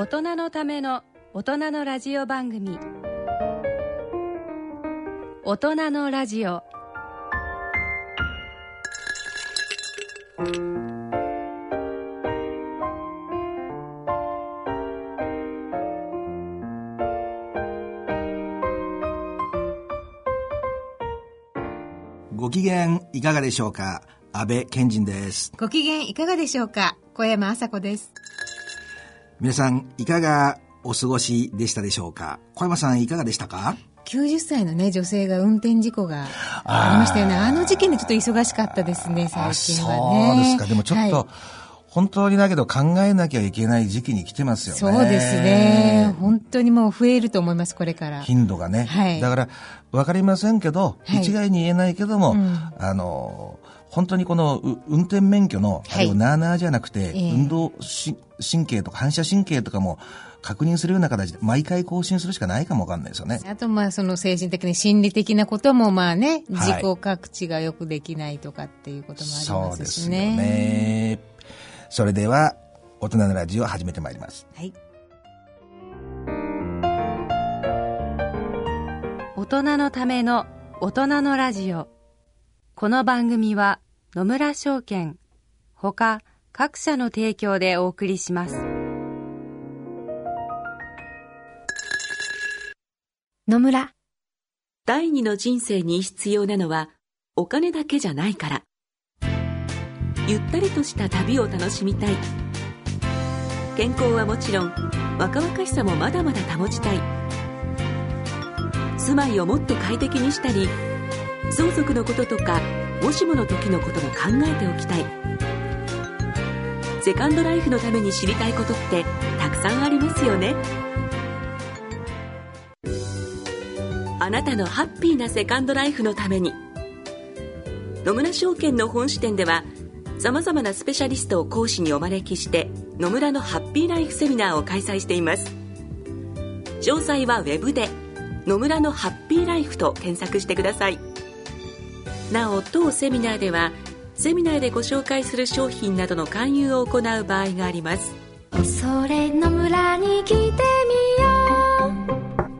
大人のための大人のラジオ番組、大人のラジオ。 ご機嫌いかがでしょうか。安倍賢人です。 ご機嫌いかがでしょうか。小山麻子です。 皆さんいかがお過ごしでしたでしょうか。小山さんいかがでしたか。 90歳のね女性が運転事故がありましたよね。あの事件でちょっと忙しかったですね、最近はね。 そうですか。でもちょっと、はい、本当にだけど考えなきゃいけない時期に来てますよね。 そうですね。本当にもう増えると思います、これから。 頻度がね。はい、だから分かりませんけど、はい、一概に言えないけども、本当にこの運転免許のあれをなあなあじゃなくて、運動神経とか反射神経とかも確認するような形で毎回更新するしかないかもわかんないですよね。 あとその精神的に心理的なこともね、自己覚知がよくできないとかっていうこともありますしね。 そうですよね。それでは大人のラジオを始めてまいります。 はい。 大人のための大人のラジオ。この番組は野村証券ほか各社の提供でお送りします。 野村。第二の人生に必要なのはお金だけじゃないから。ゆったりとした旅を楽しみたい。健康はもちろん若々しさもまだまだ保ちたい。住まいをもっと快適にしたり、相続のこととかもしもの時のことも考えておきたい。セカンドライフのために知りたいことってたくさんありますよね。あなたのハッピーなセカンドライフのために、野村証券の本支店ではさまざまなスペシャリストを講師にお招きして野村のハッピーライフセミナーを開催しています。詳細はウェブで野村のハッピーライフと検索してください。なお当セミナーではセミナーでご紹介する商品などの勧誘を行う場合があります。 それ野村に来てみよう。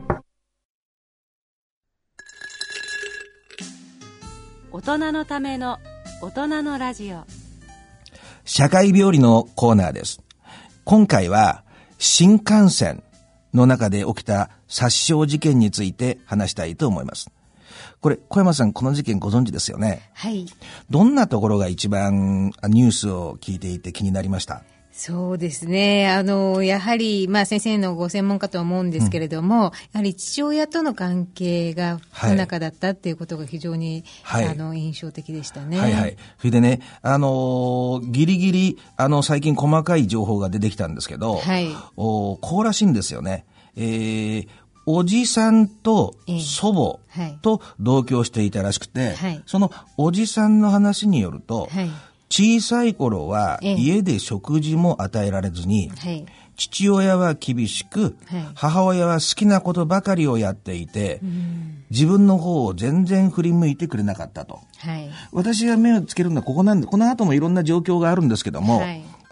大人のための大人のラジオ。 社会病理のコーナーです。今回は新幹線の中で起きた殺傷事件について話したいと思います。これ小山さんこの事件ご存知ですよね。 はい。 どんなところが一番ニュースを聞いていて気になりました？ そうですね。やはり、先生のご専門家とは思うんですけれども、やはり父親との関係が不仲だったっていうことが非常に、印象的でしたね。はいはい。 それでね、ギリギリ、最近細かい情報が出てきたんですけど、こうらしいんですよね。おじさんと祖母と同居していたらしくて、そのおじさんの話によると、小さい頃は家で食事も与えられずに、父親は厳しく、母親は好きなことばかりをやっていて、自分の方を全然振り向いてくれなかったと。私が目をつけるのはここなんで、この後もいろんな状況があるんですけども、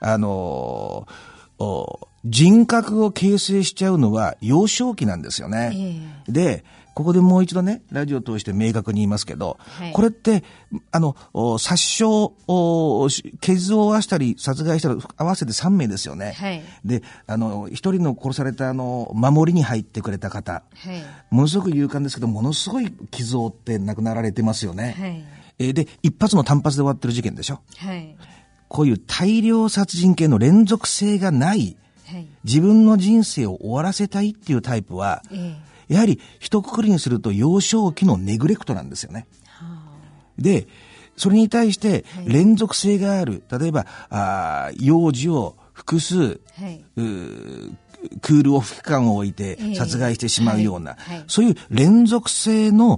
人格を形成しちゃうのは幼少期なんですよね。でここでもう一度ね、ラジオを通して明確に言いますけど、これって、殺傷、傷を負わしたり殺害したり合わせて3名ですよね。で、一人の殺された守りに入ってくれた方、ものすごく勇敢ですけど、ものすごい傷を負って亡くなられてますよね。で、一発の単発で終わってる事件でしょ。こういう大量殺人系の連続性がない、自分の人生を終わらせたいっていうタイプは、やはり一括りにすると幼少期のネグレクトなんですよね。で、それに対して連続性がある、例えば幼児を複数、クールオフ期間を置いて殺害してしまうような、そういう連続性の、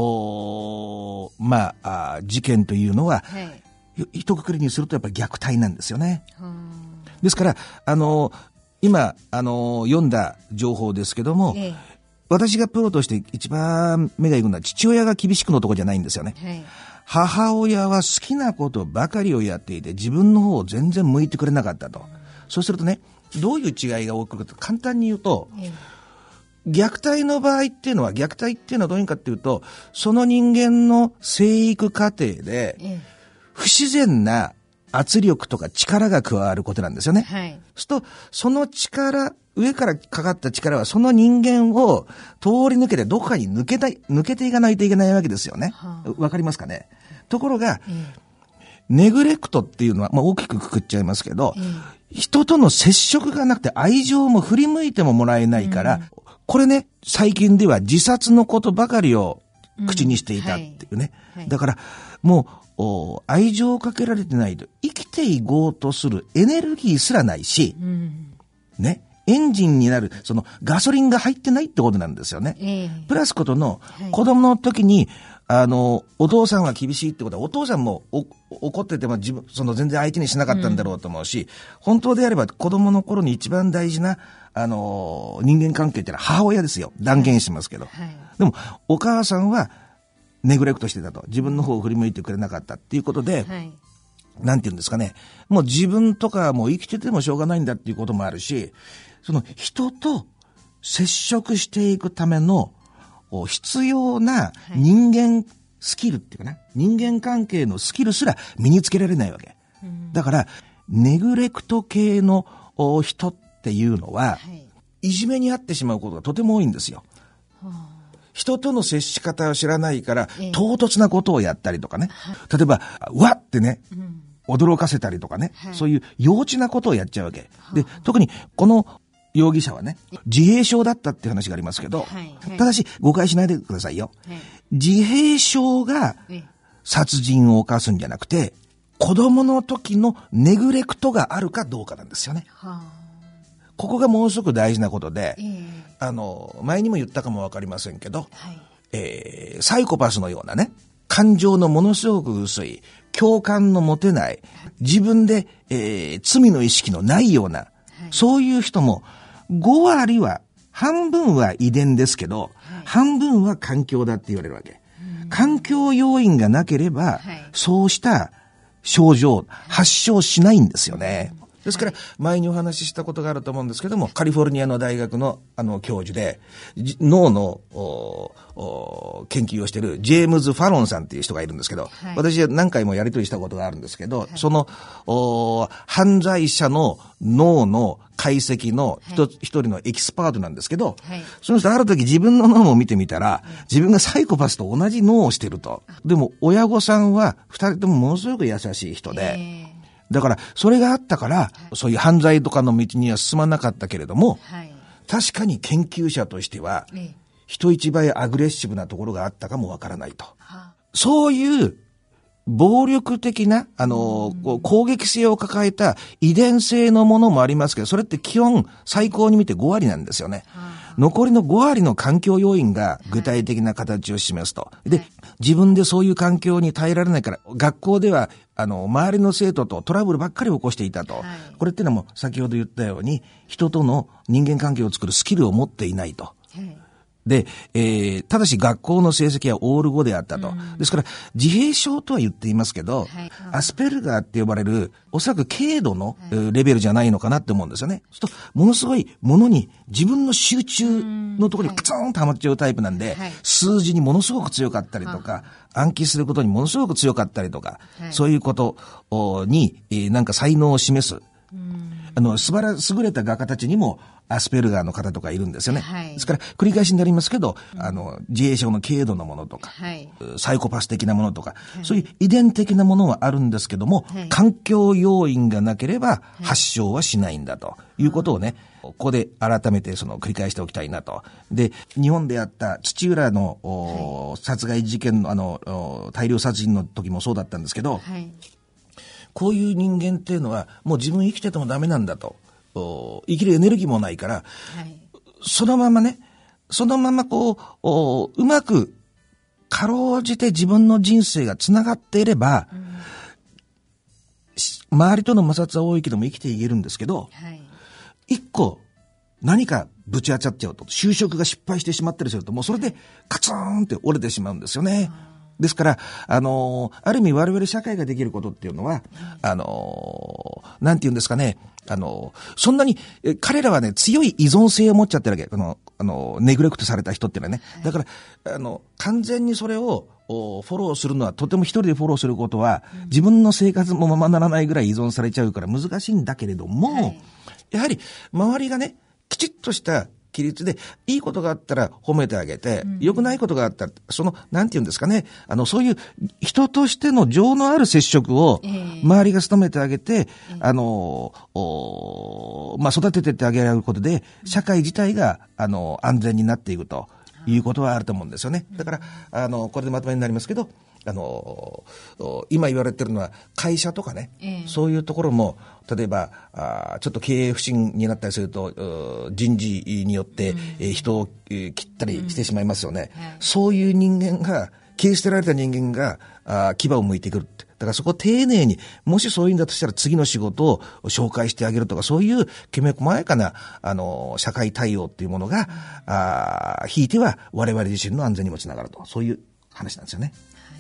事件というのは、一括りにするとやっぱり虐待なんですよね。ですから今読んだ情報ですけども、私がプロとして一番目がいくのは父親が厳しくのとこじゃないんですよね。母親は好きなことばかりをやっていて自分の方を全然向いてくれなかったと。そうするとね、 どういう違いが起こるかと簡単に言うと、虐待の場合っていうのは、虐待っていうのはどういうかっていうと、その人間の生育過程で不自然な圧力とか力が加わることなんですよね。はい、そうするとその力、上からかかった力はその人間を通り抜けてどこかに抜けていかないといけないわけですよね。わかりますかね。ところが、ネグレクトっていうのは、大きくくくっちゃいますけど、人との接触がなくて愛情も振り向いてももらえないから、これね、最近では自殺のことばかりを口にしていたっていうね。だからもう愛情をかけられてないと生きていこうとするエネルギーすらないし、ね、エンジンになるそのガソリンが入ってないってことなんですよね。プラスことの子供の時にお父さんは厳しいってことは、お父さんも怒ってても全然相手にしなかったんだろうと思うし、本当であれば子供の頃に一番大事な人間関係ってのは母親ですよ。断言しますけど。でもお母さんはネグレクトしてたと。自分の方を振り向いてくれなかったっていうことで、なんて言うんですかね。もう自分とかもう生きててもしょうがないんだっていうこともあるし、その人と接触していくための必要な人間スキルっていうかな、人間関係のスキルすら身につけられないわけ。だからネグレクト系の人っていうのは、いじめに遭ってしまうことがとても多いんですよ。人との接し方を知らないから唐突なことをやったりとかね、例えばわってね、驚かせたりとかね、そういう幼稚なことをやっちゃうわけで、特にこの容疑者はね、自閉症だったって話がありますけど、ただし誤解しないでくださいよ。自閉症が殺人を犯すんじゃなくて、子供の時のネグレクトがあるかどうかなんですよね。ここがものすごく大事なことで、前にも言ったかもわかりませんけど、サイコパスのようなね、感情のものすごく薄い、共感の持てない、自分で、罪の意識のないような、そういう人も5割は、半分は遺伝ですけど、半分は環境だって言われるわけ。環境要因がなければ、そうした症状発症しないんですよね。ですから前にお話ししたことがあると思うんですけども、カリフォルニアの大学の教授で脳の研究をしているジェームズ・ファロンさんっていう人がいるんですけど、私は何回もやり取りしたことがあるんですけど、その犯罪者の脳の解析の一人のエキスパートなんですけど、その人ある時自分の脳を見てみたら、自分がサイコパスと同じ脳をしていると。でも親御さんは二人ともものすごく優しい人で、だからそれがあったからそういう犯罪とかの道には進まなかったけれども、確かに研究者としては人一倍アグレッシブなところがあったかもわからないと。そういう暴力的な攻撃性を抱えた遺伝性のものもありますけど、それって基本最高に見て5割なんですよね。残りの5割の環境要因が具体的な形を示すと。で、自分でそういう環境に耐えられないから、学校では周りの生徒とトラブルばっかり起こしていたと。これってのも先ほど言ったように、人との人間関係を作るスキルを持っていないと。で、ただし学校の成績はオール5であったと。ですから自閉症とは言っていますけど、アスペルガーって呼ばれるおそらく軽度のレベルじゃないのかなって思うんですよね。そうするとものすごいものに自分の集中のところにクツンとはまっちゃうタイプなんで、数字にものすごく強かったりとか、暗記することにものすごく強かったりとか、そういうことになんか才能を示す。優れた画家たちにもアスペルガーの方とかいるんですよね。ですから繰り返しになりますけど、自閉症の軽度のものとか、サイコパス的なものとか、そういう遺伝的なものはあるんですけども、環境要因がなければ発症はしないんだということをね、ここで改めて繰り返しておきたいなと。で、日本であった土浦の殺害事件の大量殺人の時もそうだったんですけど、こういう人間っていうのはもう自分生きててもダメなんだと。生きるエネルギーもないから、そのままうまくかろうじて自分の人生がつながっていれば、周りとの摩擦は多いけども生きていけるんですけど、一個何かぶち当たっちゃうと、就職が失敗してしまったりすると、もうそれでカツーンって折れてしまうんですよね。ですから、ある意味我々社会ができることっていうのは、 なんて言うんですかね、そんなに、彼らはね、強い依存性を持っちゃってるわけ。ネグレクトされた人っていうのはね。だから、完全にそれを、フォローするのは、とても一人でフォローすることは、自分の生活もままならないぐらい依存されちゃうから難しいんだけれども、やはり、周りがね、きちっとした規律で、いいことがあったら褒めてあげて、良くないことがあったら、なんて言うんですかね、そういう人としての情のある接触を、周りが努めてあげて、育ててってあげられることで、社会自体が、安全になっていくということはあると思うんですよね。だから、これでまとめになりますけど、今言われてるのは会社とかね、そういうところも例えばちょっと経営不振になったりすると人事によって、人を切ったりしてしまいますよね、そういう人間が切り捨てられた人間が牙を向いてくるって。だからそこを丁寧に、もしそういうんだとしたら次の仕事を紹介してあげるとか、そういうきめ細やかな、社会対応っていうものが、ひいては我々自身の安全にもつながると、そういう話なんですよね。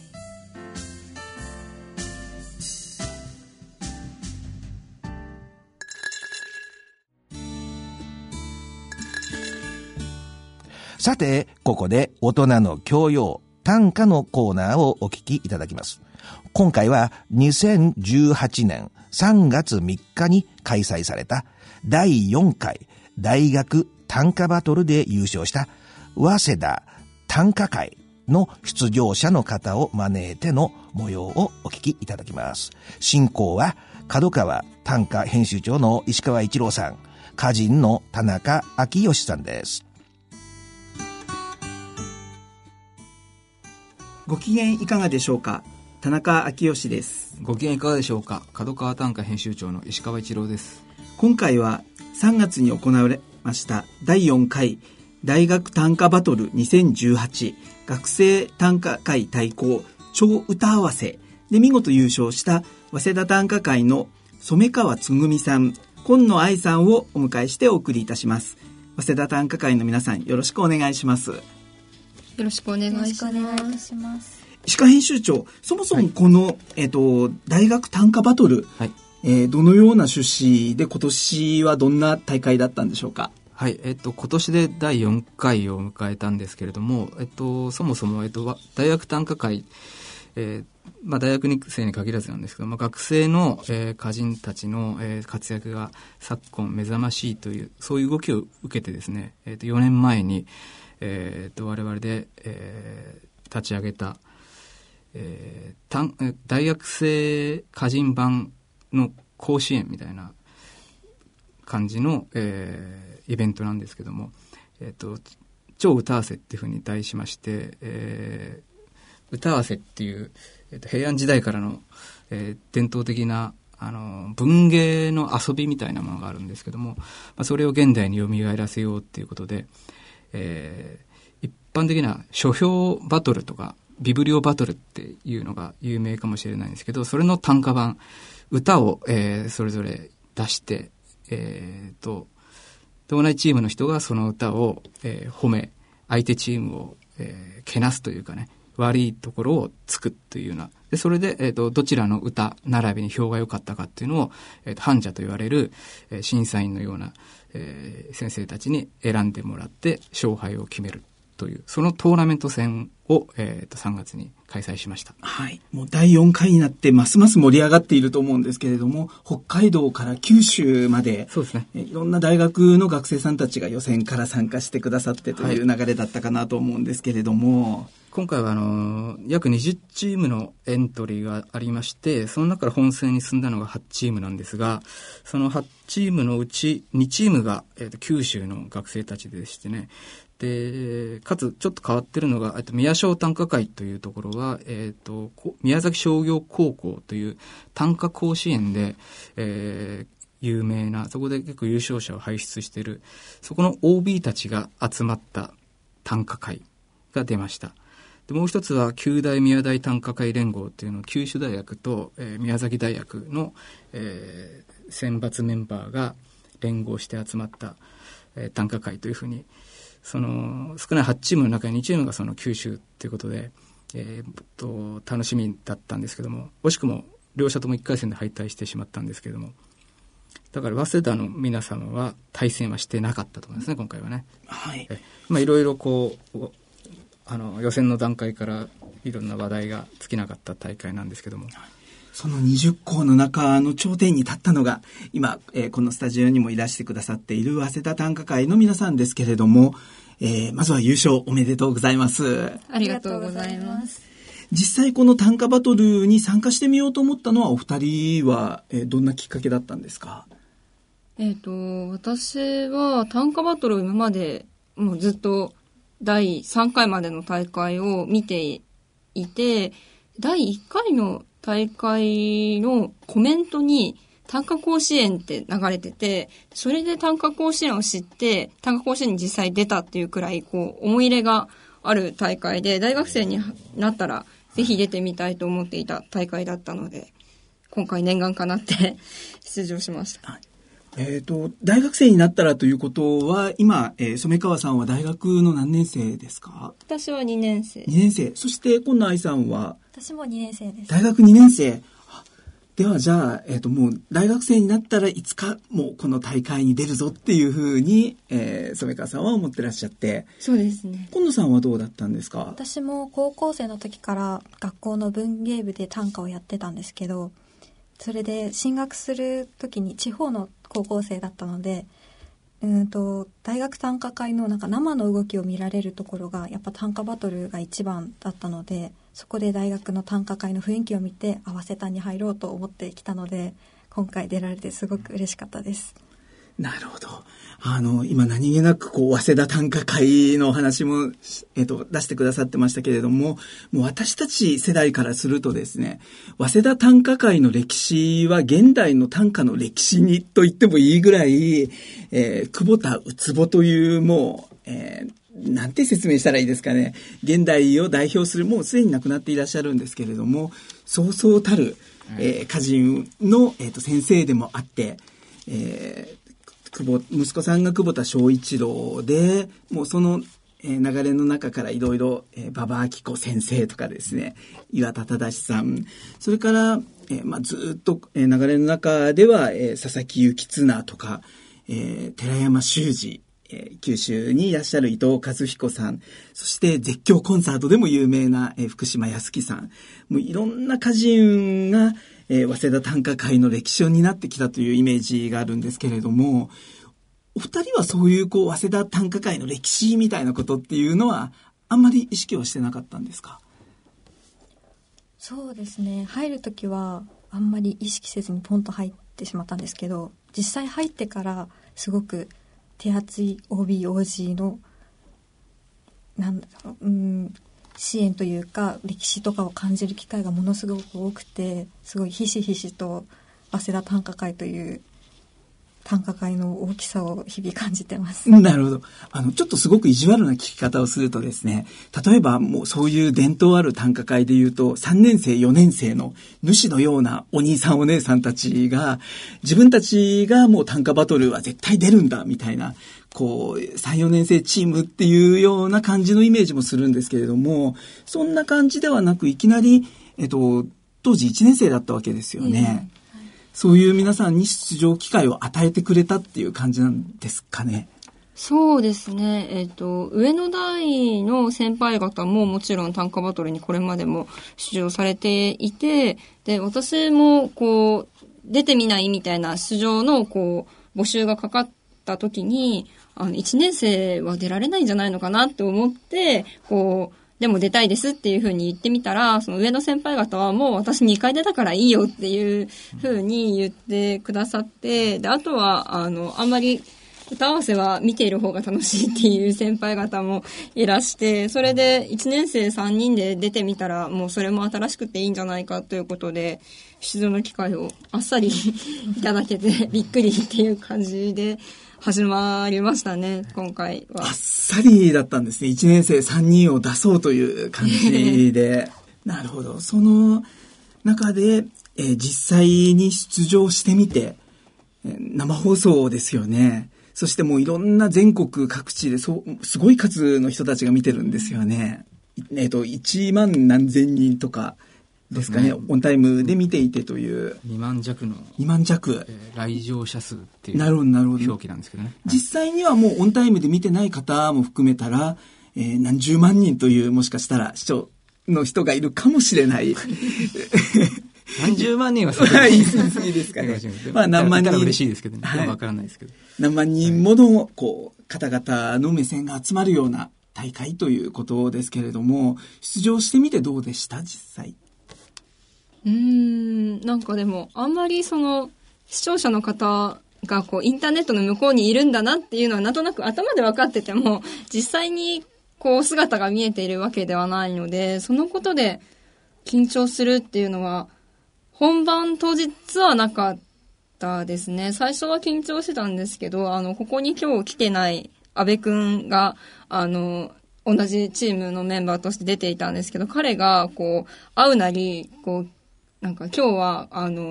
さて、ここで大人の教養、短歌のコーナーをお聞きいただきます。今回は2018年3月3日に開催された第4回大学短歌バトルで優勝した早稲田短歌会の出場者の方を招いての模様をお聞きいただきます。進行は角川短歌編集長の石川一郎さん、歌人の田中昭義さんです。 ご機嫌いかがでしょうか。田中昭義です。 ご機嫌いかがでしょうか。角川短歌編集長の石川一郎です。 今回は3月に行われました第4回大学短歌バトル2018学生短歌会対抗超歌合わせで見事優勝した早稲田短歌会の染川つぐみさん、今野愛さんをお迎えしてお送りいたします。早稲田短歌会の皆さん、よろしくお願いします。 よろしくお願いします。 石川編集長、そもそもこの、大学短歌バトル、どのような趣旨で今年はどんな大会だったんでしょうか。 はい、今年で第4回を迎えたんですけれども、そもそも、大学短歌会、大学生に限らずなんですけど、学生の、歌人たちの、活躍が昨今目覚ましいという、そういう動きを受けてですね、4年前に我々で、立ち上げた、大学生歌人版の甲子園みたいな感じの、イベントなんですけども、超歌合わせっていうふうに題しまして、歌合わせっていう、平安時代からの、伝統的な文芸の遊びみたいなものがあるんですけども、それを現代に蘇らせようっていうことで、一般的な書評バトルとかビブリオバトルっていうのが有名かもしれないんですけど、それの短歌版、歌を、それぞれ出して、同じチームの人がその歌を、褒め、相手チームを、けなすというかね、悪いところをつくというような。で、それで、どちらの歌並びに票が良かったかっていうのを、判者と言われる、審査員のような、先生たちに選んでもらって勝敗を決めるという、そのトーナメント戦を、3月に開催しました。 はい。もう第4回になってますます盛り上がっていると思うんですけれども、北海道から九州まで、 そうですね。 いろんな大学の学生さんたちが予選から参加してくださってという流れだったかなと思うんですけれども、 今回は約20チームのエントリーがありまして、その中から本戦に進んだのが8チームなんですが、その8チームのうち2チームが、九州の学生たちでしてね、で、かつちょっと変わってるのが、宮商短歌会というところは、宮崎商業高校という短歌甲子園で、有名な、そこで結構優勝者を輩出している、そこの OB たちが集まった短歌会が出ました。で、もう一つは九大宮大短歌会連合というのを九州大学と、宮崎大学の、選抜メンバーが連合して集まった、短歌会というふうに、その少ない8チームの中に2チームがその九州ということで、楽しみだったんですけども、惜しくも両者とも1回戦で敗退してしまったんですけども、 だから早稲田の皆様は対戦はしてなかったと思いますね、今回はね。 はい。 いろいろこう予選の段階からいろんな話題が尽きなかった大会なんですけども、 その20校の中の頂点に立ったのが今、このスタジオにもいらしてくださっている早稲田短歌会の皆さんですけれども、まずは優勝おめでとうございます。 ありがとうございます。 実際この短歌バトルに参加してみようと思ったのはお二人は、どんなきっかけだったんですか？ 私は短歌バトルを今までもうずっと第3回までの大会を見ていて、第1回の大会のコメントに短歌甲子園って流れてて、それで短歌甲子園を知って短歌甲子園に実際出たっていうくらい思い入れがある大会で、大学生になったらぜひ出てみたいと思っていた大会だったので、今回念願かなって出場しました。 大学生になったらということは今、染川さんは大学の何年生ですか？ 私は2年生。 2年生。そして今野愛さんは？ 私も2年生です。 大学2年生。ではじゃあ、もう大学生になったらいつかもうこの大会に出るぞっていうふうに、染川さんは思ってらっしゃって。 そうですね。 今野さんはどうだったんですか？ 私も高校生の時から学校の文芸部で短歌をやってたんですけど、それで進学する時に地方の高校生だったので、大学短歌会の生の動きを見られるところがやっぱ短歌バトルが一番だったので、そこで大学の短歌会の雰囲気を見て早稲田に入ろうと思ってきたので、今回出られてすごく嬉しかったです。 なるほど。今何気なく早稲田短歌会の話も、出してくださってましたけれども、もう私たち世代からするとですね、早稲田短歌会の歴史は現代の短歌の歴史にと言ってもいいぐらい、久保田うつぼというもう、なんて説明したらいいですかね。現代を代表する、もうすでに亡くなっていらっしゃるんですけれども、そうそうたる、歌人の、先生でもあって、息子さんが久保田正一郎で、もうその流れの中からいろいろ馬場明子先生とかですね、岩田忠さん、それから、ずっと流れの中では佐々木幸綱とか、寺山修司、九州にいらっしゃる伊藤和彦さん、そして絶叫コンサートでも有名な福島康樹さん、もういろんな歌人が早稲田短歌会の歴史を担ってきたというイメージがあるんですけれども、お二人はそういう早稲田短歌会の歴史みたいなことっていうのはあんまり意識はしてなかったんですか？ そうですね、入るときはあんまり意識せずにポンと入ってしまったんですけど、実際入ってからすごく手厚い OB、OG の支援というか歴史とかを感じる機会がものすごく多くて、すごいひしひしと早稲田短歌会という短歌会の大きさを日々感じてます。 なるほど。ちょっとすごく意地悪な聞き方をするとですね、例えばもうそういう伝統ある短歌会でいうと、3年生4年生の主のようなお兄さんお姉さんたちが、自分たちがもう短歌バトルは絶対出るんだみたいな、3、4年生チームっていうような感じのイメージもするんですけれども、そんな感じではなく、いきなり、当時1年生だったわけですよね。そういう皆さんに出場機会を与えてくれたっていう感じなんですかね。 そうですね。上の代の先輩方ももちろん短歌バトルにこれまでも出場されていて、で、私も出てみないみたいな出場の募集がかかった時に、1年生は出られないんじゃないのかなって思って、でも出たいですっていう風に言ってみたら、その上の先輩方はもう私2回出たからいいよっていう風に言ってくださって、で、あとは、あんまり歌合わせは見ている方が楽しいっていう先輩方もいらして、それで1年生3人で出てみたら、もうそれも新しくていいんじゃないかということで、出場の機会をあっさりいただけてびっくりっていう感じで、始まりましたね、今回は。 あっさりだったんですね。1年生3人を出そうという感じで。なるほど。その中で、実際に出場してみて、生放送ですよね。そしてもういろんな全国各地ですごい数の人たちが見てるんですよね。1万何千人とかですかね、オンタイムで見ていてという。 2万弱の。 2万弱。 来場者数っていうなるほどなるほど表記なんですけどね。 実際にはもうオンタイムで見てない方も含めたら、何十万人というもしかしたら視聴の人がいるかもしれない。 何十万人は言い過ぎですかね。 まあ何万人。嬉しいですけどね。はい、わからないですけど。 何万人ものこう方々の目線が集まるような大会ということですけれども、出場してみてどうでした実際？ なんかでもあんまりその視聴者の方がこうインターネットの向こうにいるんだなっていうのはなんとなく頭で分かってても、実際にこう姿が見えているわけではないので、そのことで緊張するっていうのは本番当日はなかったですね。最初は緊張してたんですけど、ここに今日来てない安部くんが同じチームのメンバーとして出ていたんですけど、彼がこう会うなりこうなんか今日は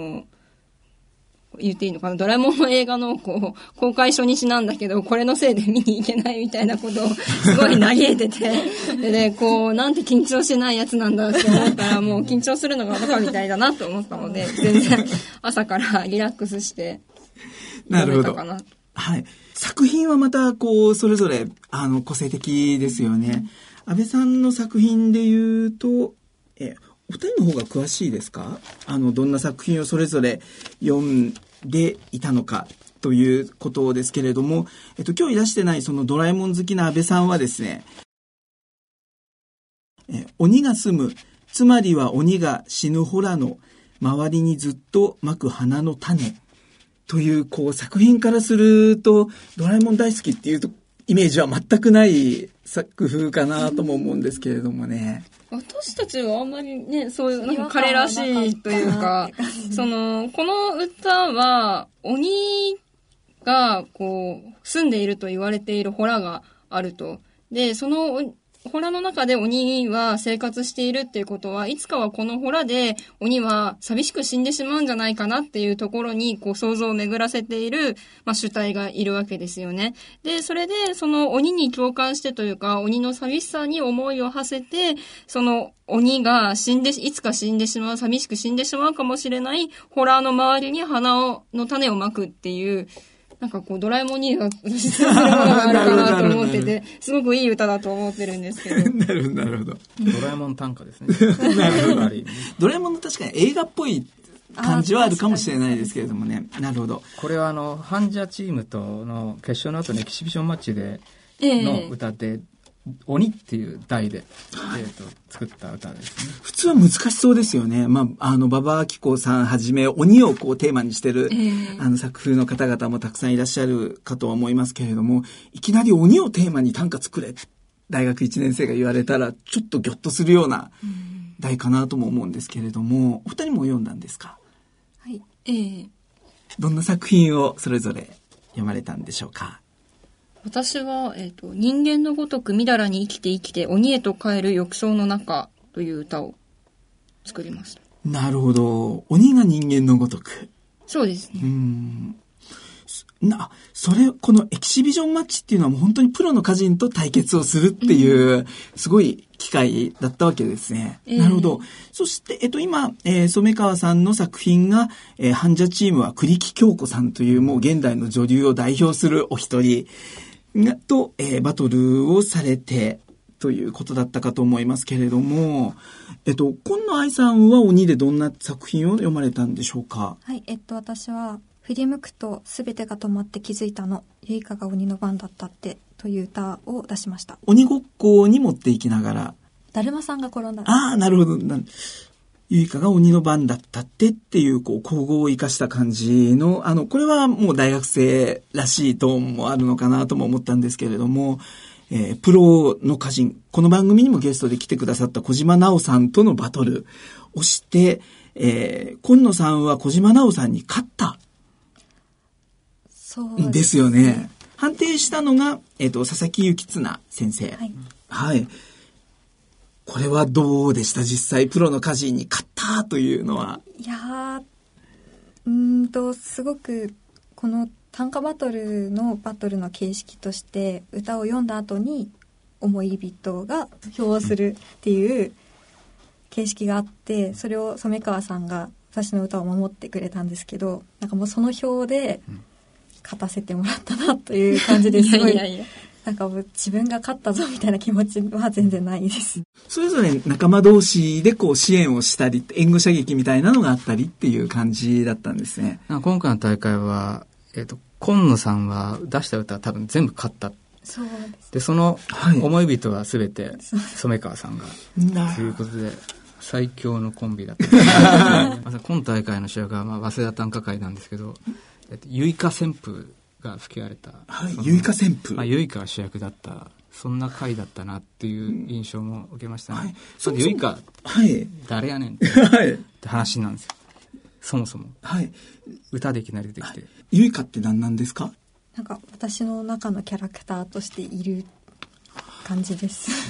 言っていいのかな、ドラえもんの映画のこう公開初日なんだけどこれのせいで見に行けないみたいなことをすごい嘆いててでこうなんて緊張しないやつなんだって思ったら、もう緊張するのがバカみたいだなと思ったので、全然朝からリラックスして読めたかな。 なるほど。はい。作品はまたこうそれぞれ個性的ですよね。安部さんの作品で言うとお二人の方が詳しいですか？どんな作品をそれぞれ読んでいたのかということですけれども、今日いらしてないそのドラえもん好きな安部さんはですね、鬼が住む、つまりは鬼が死ぬホラの周りにずっとまく花の種というこう作品からするとドラえもん大好きっていうとイメージは全くない作風かなとも思うんですけれどもね。 私たちはあんまりね、そういうなんか彼らしいというか、この歌は鬼がこう住んでいると言われているホラがあると。で、そのホラの中で鬼は生活しているっていうことは、いつかはこのホラで鬼は寂しく死んでしまうんじゃないかなっていうところにこう想像を巡らせている、主体がいるわけですよね。で、それでその鬼に共感してというか、鬼の寂しさに思いを馳せて、その鬼がいつか死んでしまう、寂しく死んでしまうかもしれないホラーの周りに花の種をまくっていう、なんかこうドラえもんには実するものがあるかなと思ってて、すごくいい歌だと思ってるんですけど。 なるほど。 ドラえもん短歌ですね。 なるほど。ドラえもんの確かに映画っぽい感じはあるかもしれないですけれどもね。なるほど。 これはハンジャチームとの決勝の後のエキシビションマッチでの歌で、鬼っていう題で、作った歌ですね。 普通は難しそうですよね。馬場明子さんはじめ鬼をこうテーマにしてる、作風の方々もたくさんいらっしゃるかとは思いますけれども、いきなり鬼をテーマに短歌作れ大学1年生が言われたらちょっとギョッとするような題かなとも思うんですけれども、お二人も読んだんですか？ はい。 どんな作品をそれぞれ読まれたんでしょうか？ 私は、人間のごとくみだらに生きて鬼へと帰る浴槽の中という歌を作りました。 なるほど。鬼が人間のごとく。 そうですね。 このエキシビジョンマッチっていうのはもう本当にプロの歌人と対決をするっていう、すごい機会だったわけですね。なるほど。そして、今、染川さんの作品が、ハンジャチームは栗木京子さんというもう現代の女流を代表するお一人と、バトルをされてということだったかと思いますけれども、今野愛さんは鬼でどんな作品を読まれたんでしょうか？ はい、私は振り向くと全てが止まって気づいたの、ゆいかが鬼の番だったってという歌を出しました。 鬼ごっこに持っていきながら、 だるまさんが転んだ。 なるほど。ゆいかが鬼の番だったっていう口語を生かした感じの、これはもう大学生らしいトーンもあるのかなとも思ったんですけれども、プロの歌人、この番組にもゲストで来てくださった小島奈緒さんとのバトルをして、今野さんは小島奈緒さんに勝ったそうですよね。判定したのが、佐々木幸綱先生。はい。はい。これはどうでした？実際プロの歌人に勝ったというのは。 いやすごくこの短歌バトルの形式として歌を読んだ後に思い人が評をするっていう形式があって、それを染川さんが私の歌を守ってくれたんですけど、なんかもうその表で勝たせてもらったなという感じですごいなんかもう自分が勝ったぞみたいな気持ちは全然ないです。 それぞれ仲間同士でこう支援をしたり、援護射撃みたいなのがあったりっていう感じだったんですね。 今回の大会は、今野さんは出した歌は多分全部勝った。 そうです。 で、その思い人は全て染川さんが、ということで、最強のコンビだった。今大会の主役は、早稲田短歌会なんですけど、結花旋風が吹き荒れた。 結花旋風。 結花が主役だった。そんな回だったなっていう印象も受けましたね。それで結花、誰やねんって話なんですよ。そもそも。歌でいきなり出てきて。 結花って何なんですか？ なんか私の中のキャラクターとしている感じです。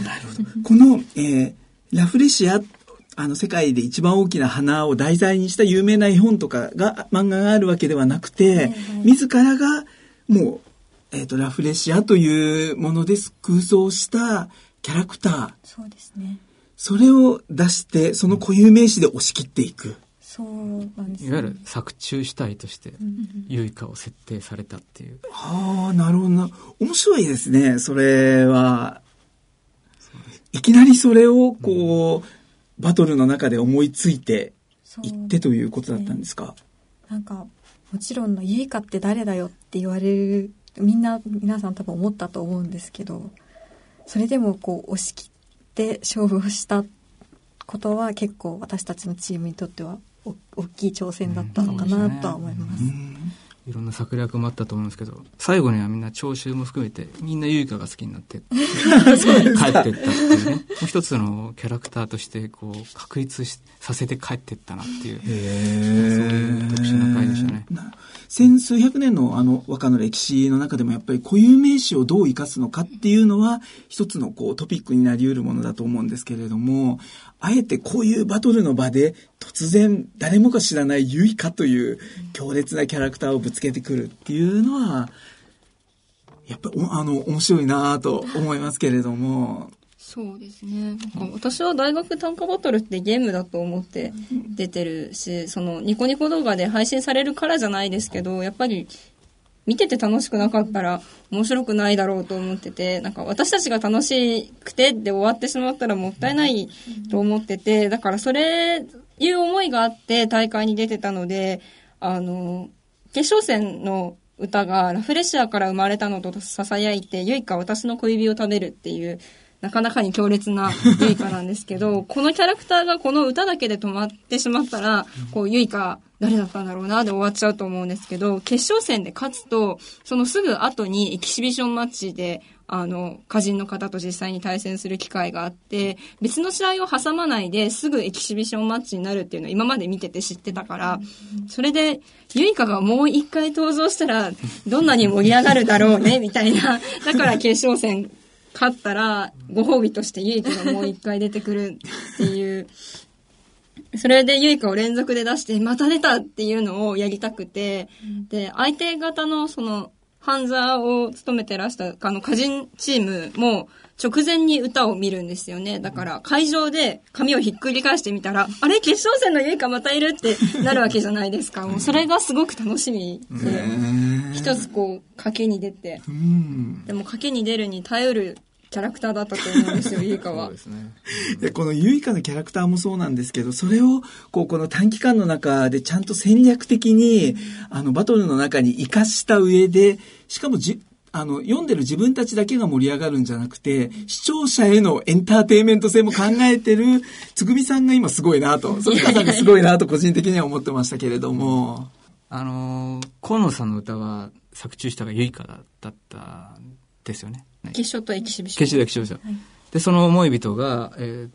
なるほど。この、ラフレシア、世界で一番大きな花を題材にした有名な絵本とかが、漫画があるわけではなくて、自らがもう、ラフレシアというもので空想したキャラクター。 そうですね。 それを出して、その固有名詞で押し切っていく。 そうなんですね。 いわゆる作中主体として結花を設定されたっていう。 なるほどな。面白いですね。それは。いきなりそれをこう、バトルの中で思いついていってということだったんですか？ なんかもちろんの結花って誰だよって言われる、皆さん多分思ったと思うんですけど、それでもこう押し切って勝負をしたことは結構私たちのチームにとっては大きい挑戦だったのかなとは思います。 いろんな策略もあったと思うんですけど、最後にはみんな聴衆も含めてみんな結花が好きになって帰ってったっていうね、もう一つのキャラクターとしてこう確立させて帰ってったなっていう、そういう特殊な回でしたね。 千数百年の和歌の歴史の中でもやっぱり固有名詞をどう生かすのかっていうのは一つのこうトピックになり得るものだと思うんですけれども、あえてこういうバトルの場で突然誰もが知らない結花という強烈なキャラクターをぶつけてくるっていうのはやっぱり面白いなと思いますけれども。 そうですね。なんか私は大学短歌バトルってゲームだと思って出てるし、そのニコニコ動画で配信されるからじゃないですけど、やっぱり見てて楽しくなかったら面白くないだろうと思ってて、なんか私たちが楽しくてで終わってしまったらもったいないと思ってて、だからそれいう思いがあって大会に出てたので、決勝戦の歌がラフレシアから生まれたのと囁いて、結花私の小指を食べるっていうなかなかに強烈な結花なんですけど、このキャラクターがこの歌だけで止まってしまったら、こう結花誰だったんだろうなで終わっちゃうと思うんですけど、決勝戦で勝つと、そのすぐ後にエキシビションマッチで、歌人の方と実際に対戦する機会があって、別の試合を挟まないですぐエキシビションマッチになるっていうのを今まで見てて知ってたから、それで、結花がもう一回登場したら、どんなに盛り上がるだろうね、みたいな。だから決勝戦、勝ったらご褒美として結花がもう一回出てくるっていうそれで結花を連続で出してまた出たっていうのをやりたくて、で相手方のそのハンザーを務めてらした歌人チームも直前に歌を見るんですよね。だから会場で紙をひっくり返してみたら、あれ決勝戦の結花またいるってなるわけじゃないですか。もうそれがすごく楽しみで、一つこう賭けに出て、でも賭けに出るに頼るキャラクターだったと思うんですよ、結花は。そうですね。 で、この結花のキャラクターもそうなんですけど、それをこの短期間の中でちゃんと戦略的にバトルの中に活かした上で、しかも読んでる自分たちだけが盛り上がるんじゃなくて、視聴者へのエンターテインメント性も考えてるつぐみさんが今すごいなと、それかさんがすごいなと個人的には思ってましたけれども。 河野さんの歌は作中したが結花だったんですよね。 決勝とエキシビション。 決勝とエキシビション。はい、で、その思い人が、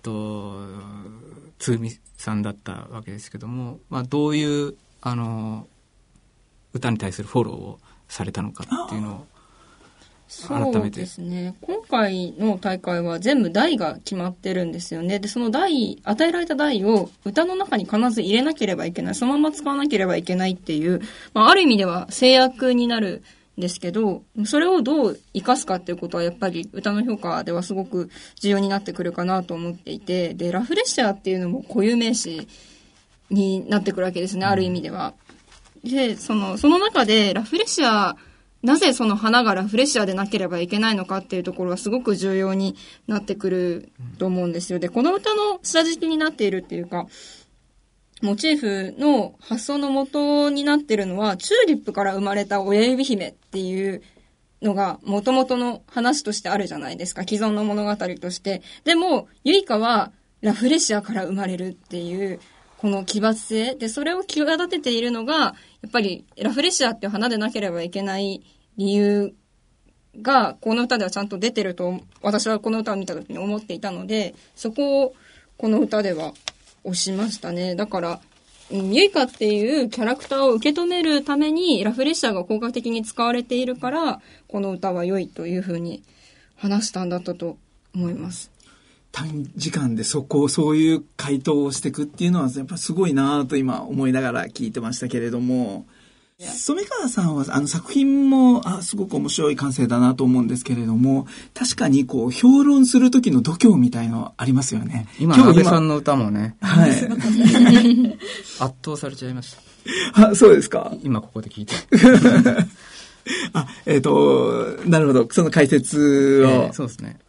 つぐみさんだったわけですけども、どういう、歌に対するフォローをされたのかっていうのを、改めて。 そうですね。今回の大会は全部題が決まってるんですよね。で、その題、与えられた題を歌の中に必ず入れなければいけない。そのまま使わなければいけないっていう、ある意味では制約になるですけど、それをどう活かすかっていうことはやっぱり歌の評価ではすごく重要になってくるかなと思っていて、で、ラフレシアっていうのも固有名詞になってくるわけですね、ある意味では。で、その中でラフレシア、なぜその花がラフレシアでなければいけないのかっていうところはすごく重要になってくると思うんですよ。で、この歌の下敷きになっているっていうか、モチーフの発想の元になってるのは、チューリップから生まれた親指姫っていうのが元々の話としてあるじゃないですか。既存の物語として。でも、ユイカはラフレシアから生まれるっていう、この奇抜性。で、それを際立てているのが、やっぱりラフレシアっていう花でなければいけない理由が、この歌ではちゃんと出てると、私はこの歌を見た時に思っていたので、そこをこの歌では推しましたね。だから、ユイカっていうキャラクターを受け止めるためにラフレシアが効果的に使われているから、この歌は良いというふうに話したんだったと思います。 短時間でそういう回答をしていくっていうのはやっぱすごいなと今思いながら聞いてましたけれども、染川さんは作品もすごく面白い感性だなと思うんですけれども、確かにこう評論する時の度胸みたいのありますよね。 今安倍さんの歌もね、 はい、 圧倒されちゃいました。 そうですか。 今ここで聞いてなるほど、その解説を、 そうですね。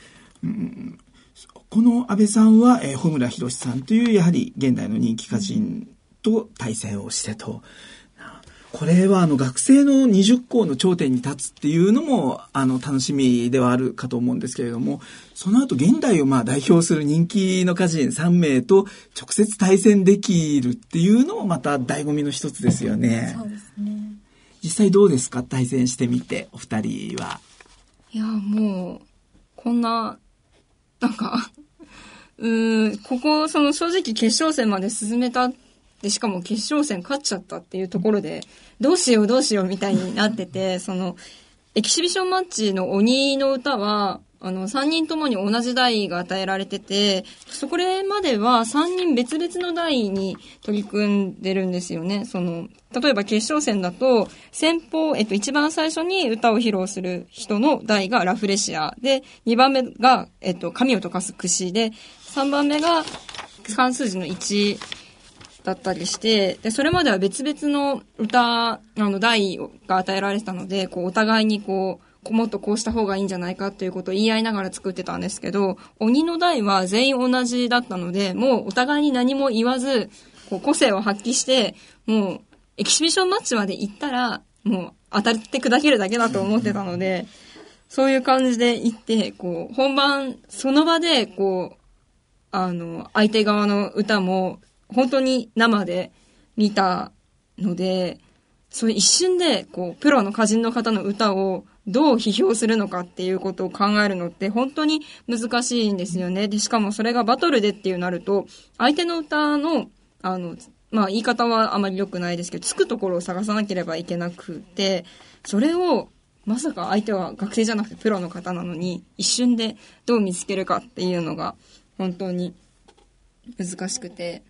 この安倍さんは、穂村弘さんというやはり現代の人気歌人と対戦をしてと、これは学生の20校の頂点に立つっていうのも楽しみではあるかと思うんですけれども、その後現代を代表する人気の歌人3名と直接対戦できるっていうのもまた醍醐味の一つですよね。 そうですね。 実際どうですか、対戦してみてお二人は。 いや、もうこんななんかここ正直決勝戦まで進めた。で、しかも決勝戦勝っちゃったっていうところで、どうしようみたいになってて、エキシビションマッチの鬼の歌は、3人ともに同じ台が与えられてて、そこまでは3人別々の台に取り組んでるんですよね。例えば決勝戦だと、先方、一番最初に歌を披露する人の台がラフレシアで、2番目が、神を溶かす櫛で、3番目が漢数字の1、だったりして、で、それまでは別々の歌、題が与えられてたので、お互いにもっとこうした方がいいんじゃないかということを言い合いながら作ってたんですけど、鬼の題は全員同じだったので、もうお互いに何も言わず、個性を発揮して、もう、エキシビションマッチまで行ったら、もう当たって砕けるだけだと思ってたので、そういう感じで行って、本番、その場で、相手側の歌も、本当に生で見たので、そういう一瞬で、プロの歌人の方の歌をどう批評するのかっていうことを考えるのって本当に難しいんですよね。で、しかもそれがバトルでっていうなると、相手の歌の、言い方はあまり良くないですけど、つくところを探さなければいけなくて、それを、まさか相手は学生じゃなくてプロの方なのに、一瞬でどう見つけるかっていうのが、本当に難しくて、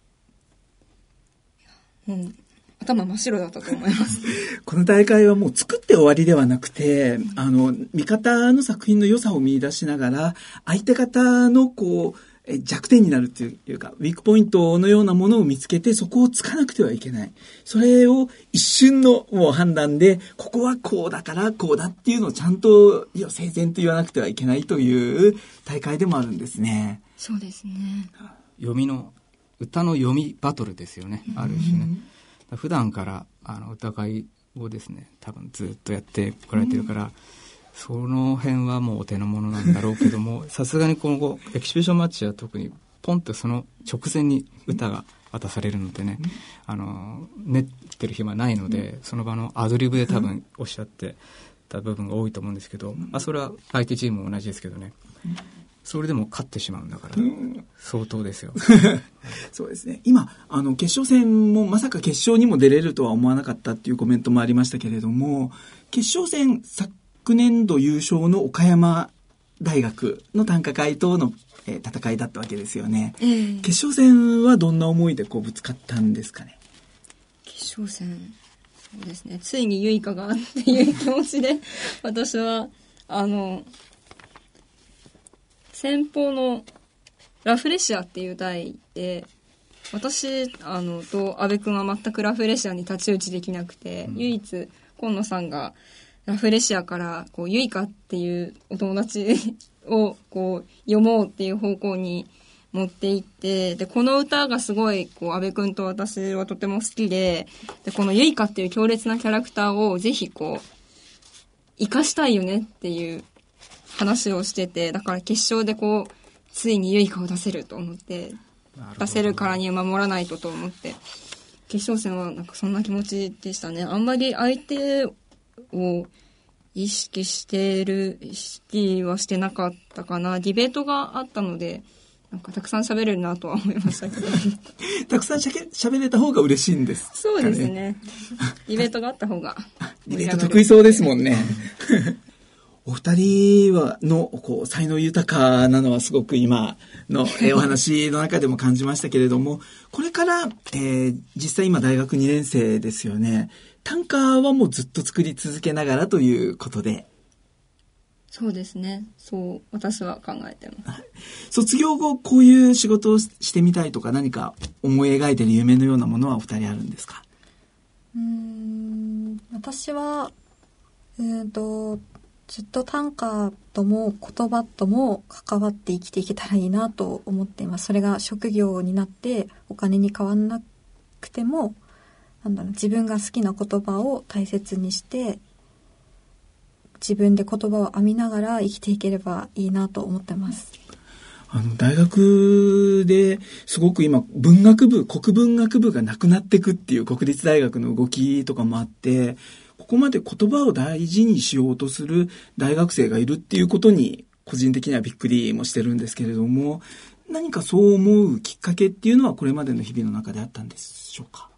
頭真っ白だったと思いますこの大会はもう作って終わりではなくて、味方の作品の良さを見出しながら、相手方の弱点になるっていうか、ウィークポイントのようなものを見つけて、そこをつかなくてはいけない。それを一瞬のもう判断で、ここはこうだからこうだっていうのをちゃんと整然と言わなくてはいけないという大会でもあるんですね。 そうですね。 歌の読みバトルですよね、ある種ね。普段から歌会をですね、多分ずっとやってこられてるから、その辺はもうお手の物なんだろうけども、さすがに今後エキシビションマッチは特にポンとその直前に歌が渡されるのでね、練ってる暇ないので、その場のアドリブで多分おっしゃってた部分が多いと思うんですけど、それは相手チームも同じですけどね。それでも勝ってしまうんだから、相当ですよ。 そうですね。今、決勝戦もまさか決勝にも出れるとは思わなかったっていうコメントもありましたけれども、決勝戦、昨年度優勝の岡山大学の短歌会との、戦いだったわけですよね。決勝戦はどんな思いでぶつかったんですかね。 決勝戦。 そうですね、ついにユイカがっていう気持ちで私は先方のラフレシアっていう題で、私と阿部君は全くラフレシアに太刀打ちできなくて、唯一今野さんがラフレシアからこうユイカっていうお友達をこう読もうっていう方向に持っていって、でこの歌がすごいこう阿部君と私はとても好きで、このユイカっていう強烈なキャラクターをぜひこう生かしたいよねっていう話をしてて、だから決勝でこうついにユイカを出せると思って、出せるからには守らないと思って決勝戦はなんかそんな気持ちでしたね。あんまり相手を意識はしてなかったかな。ディベートがあったのでなんかたくさん喋れるなとは思いましたけどたくさん喋れた方が嬉しいんですかね。 そうですね、ディベートがあった方がディベート得意そうですもんねお二人のこう才能豊かなのはすごく今のお話の中でも感じましたけれども、これから、実際今大学2年生ですよね。短歌はもうずっと作り続けながらということで。 そうですね、そう私は考えてます。 卒業後こういう仕事をしてみたいとか、何か思い描いている夢のようなものはお二人あるんですか？ 私はずっと短歌とも言葉とも関わって生きていけたらいいなと思っています。それが職業になってお金に変わんなくても、自分が好きな言葉を大切にして自分で言葉を編みながら生きていければいいなと思ってます。 大学ですごく今国文学部がなくなっていくっていう国立大学の動きとかもあって、ここまで言葉を大事にしようとする大学生がいるっていうことに個人的にはびっくりもしてるんですけれども、何かそう思うきっかけっていうのはこれまでの日々の中であったんでしょうか？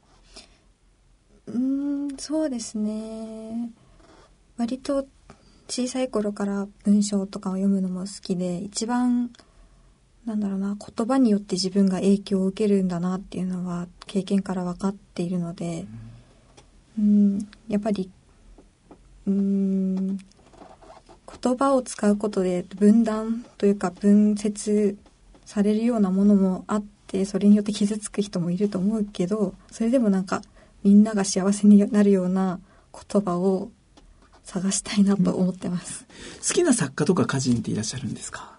そうですね、割と小さい頃から文章とかを読むのも好きで、一番言葉によって自分が影響を受けるんだなっていうのは経験から分かっているので、やっぱり言葉を使うことで分断というか分節されるようなものもあって、それによって傷つく人もいると思うけど、それでもみんなが幸せになるような言葉を探したいなと思ってます。 好きな作家とか歌人っていらっしゃるんですか？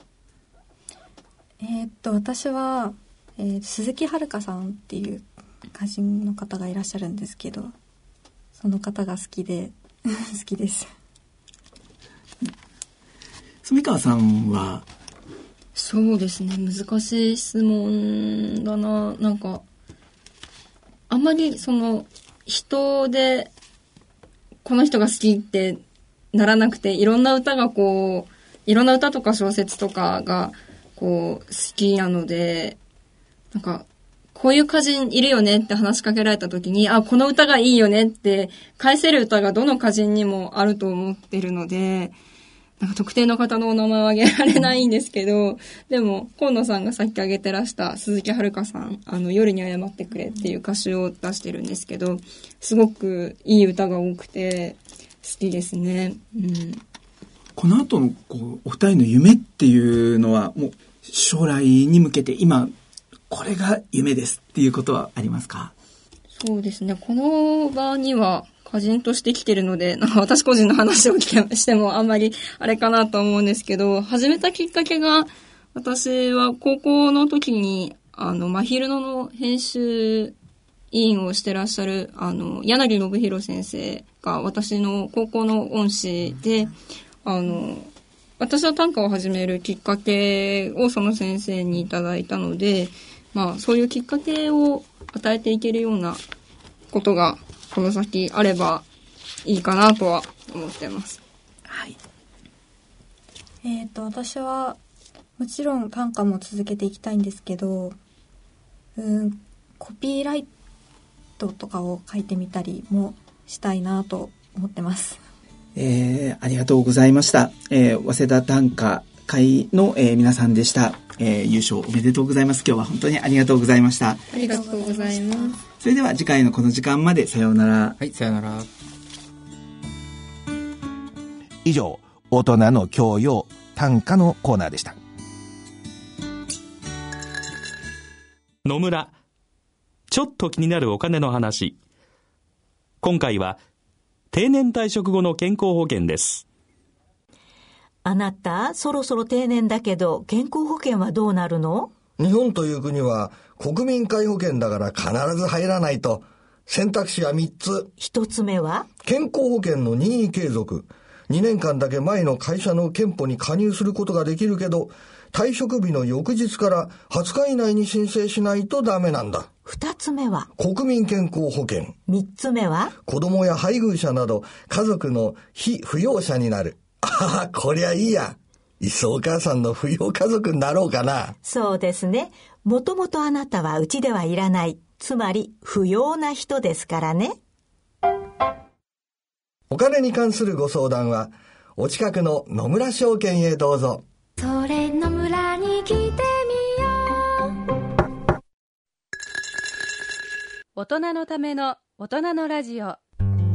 私は、鈴木遥さんっていう歌人の方がいらっしゃるんですけど、その方が好きで好きです。 住川さんは？ そうですね、難しい質問だな。なんかあんまり人でこの人が好きってならなくて、いろんな歌とか小説とかが好きなので、こういう歌人いるよねって話しかけられた時に、この歌がいいよねって返せる歌がどの歌人にもあると思ってるので、特定の方のお名前を挙げられないんですけど、でも今野さんがさっき挙げてらした鈴木遥さん、夜に謝ってくれっていう歌詞を出してるんですけど、すごくいい歌が多くて好きですね。 この後のお二人の夢っていうのはもう将来に向けて今これが夢ですっていうことはありますか？ そうですね、この場には歌人として来てるので、私個人の話をしてもあんまりあれかなと思うんですけど、始めたきっかけが、私は高校の時に真昼野の編集委員をしてらっしゃる柳信弘先生が私の高校の恩師で、私は短歌を始めるきっかけをその先生にいただいたので、そういうきっかけを与えていけるようなことがこの先あればいいかなとは思ってます。 はい。 私はもちろん短歌も続けていきたいんですけど、コピーライトとかを書いてみたりもしたいなと思ってます。 ありがとうございました。早稲田短歌会の、皆さんでした。優勝おめでとうございます。今日は本当にありがとうございました。 ありがとうございます。 それでは次回のこの時間までさようなら。 はい、さようなら。 以上、大人の教養短歌のコーナーでした。 野村、ちょっと気になるお金の話。今回は定年退職後の健康保険です。 あなた、そろそろ定年だけど健康保険はどうなるの？ 日本という国は国民皆保険だから必ず入らないと。選択肢は3つ。 1つ目は健康保険の任意継続。2年間だけ前の会社の健保に加入することができるけど、退職日の翌日から20日以内に申請しないとダメなんだ。 2つ目は国民健康保険。 3つ目は子供や配偶者など家族の非扶養者になる。ああ、こりゃいいや。いっそお母さんの扶養家族になろうかな。 そうですね。もともとあなたはうちではいらない。つまり不要な人ですからね。 お金に関するご相談はお近くの野村証券へどうぞ。 それ野村に来てみよう。 大人のための大人のラジオ。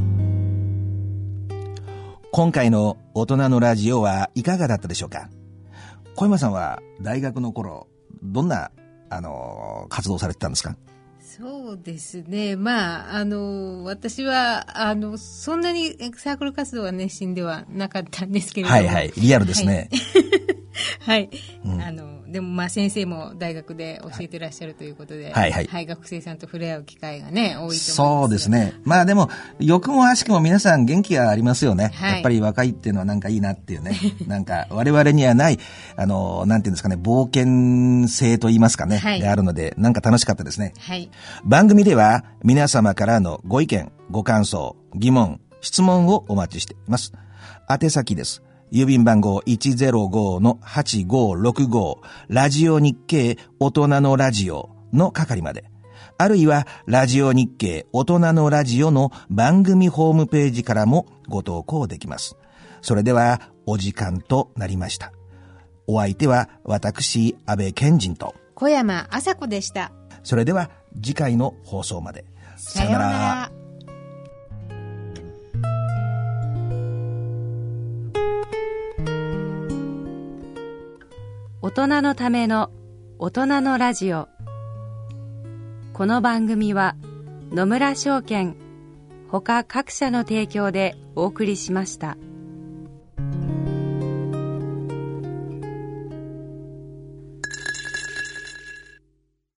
今回の大人のラジオはいかがだったでしょうか。小山さんは大学の頃どんな活動をされてたんですか。 そうですね。私は、そんなにサークル活動は熱心ではなかったんですけれども。 はいはい。リアルですね。 はい。でも先生も大学で教えてらっしゃるということで、 はいはい。 はい、学生さんと触れ合う機会がね、多いと思います。 そうですね。でも、良くも悪しくも皆さん元気がありますよね。 はい、 やっぱり若いっていうのはなんかいいなっていうね。なんか、我々にはない、なんていうんですかね、冒険性と言いますかね。はい、であるので、なんか楽しかったですね。 はい。 番組では、皆様からのご意見、ご感想、疑問、質問をお待ちしています。宛先です。郵便番号 105-8565 ラジオ日経大人のラジオの係まで。あるいはラジオ日経大人のラジオの番組ホームページからもご投稿できます。それではお時間となりました。お相手は私安倍賢人と小山麻子でした。 それでは次回の放送まで。 さようなら。 大人のための大人のラジオ。この番組は野村証券ほか各社の提供でお送りしました。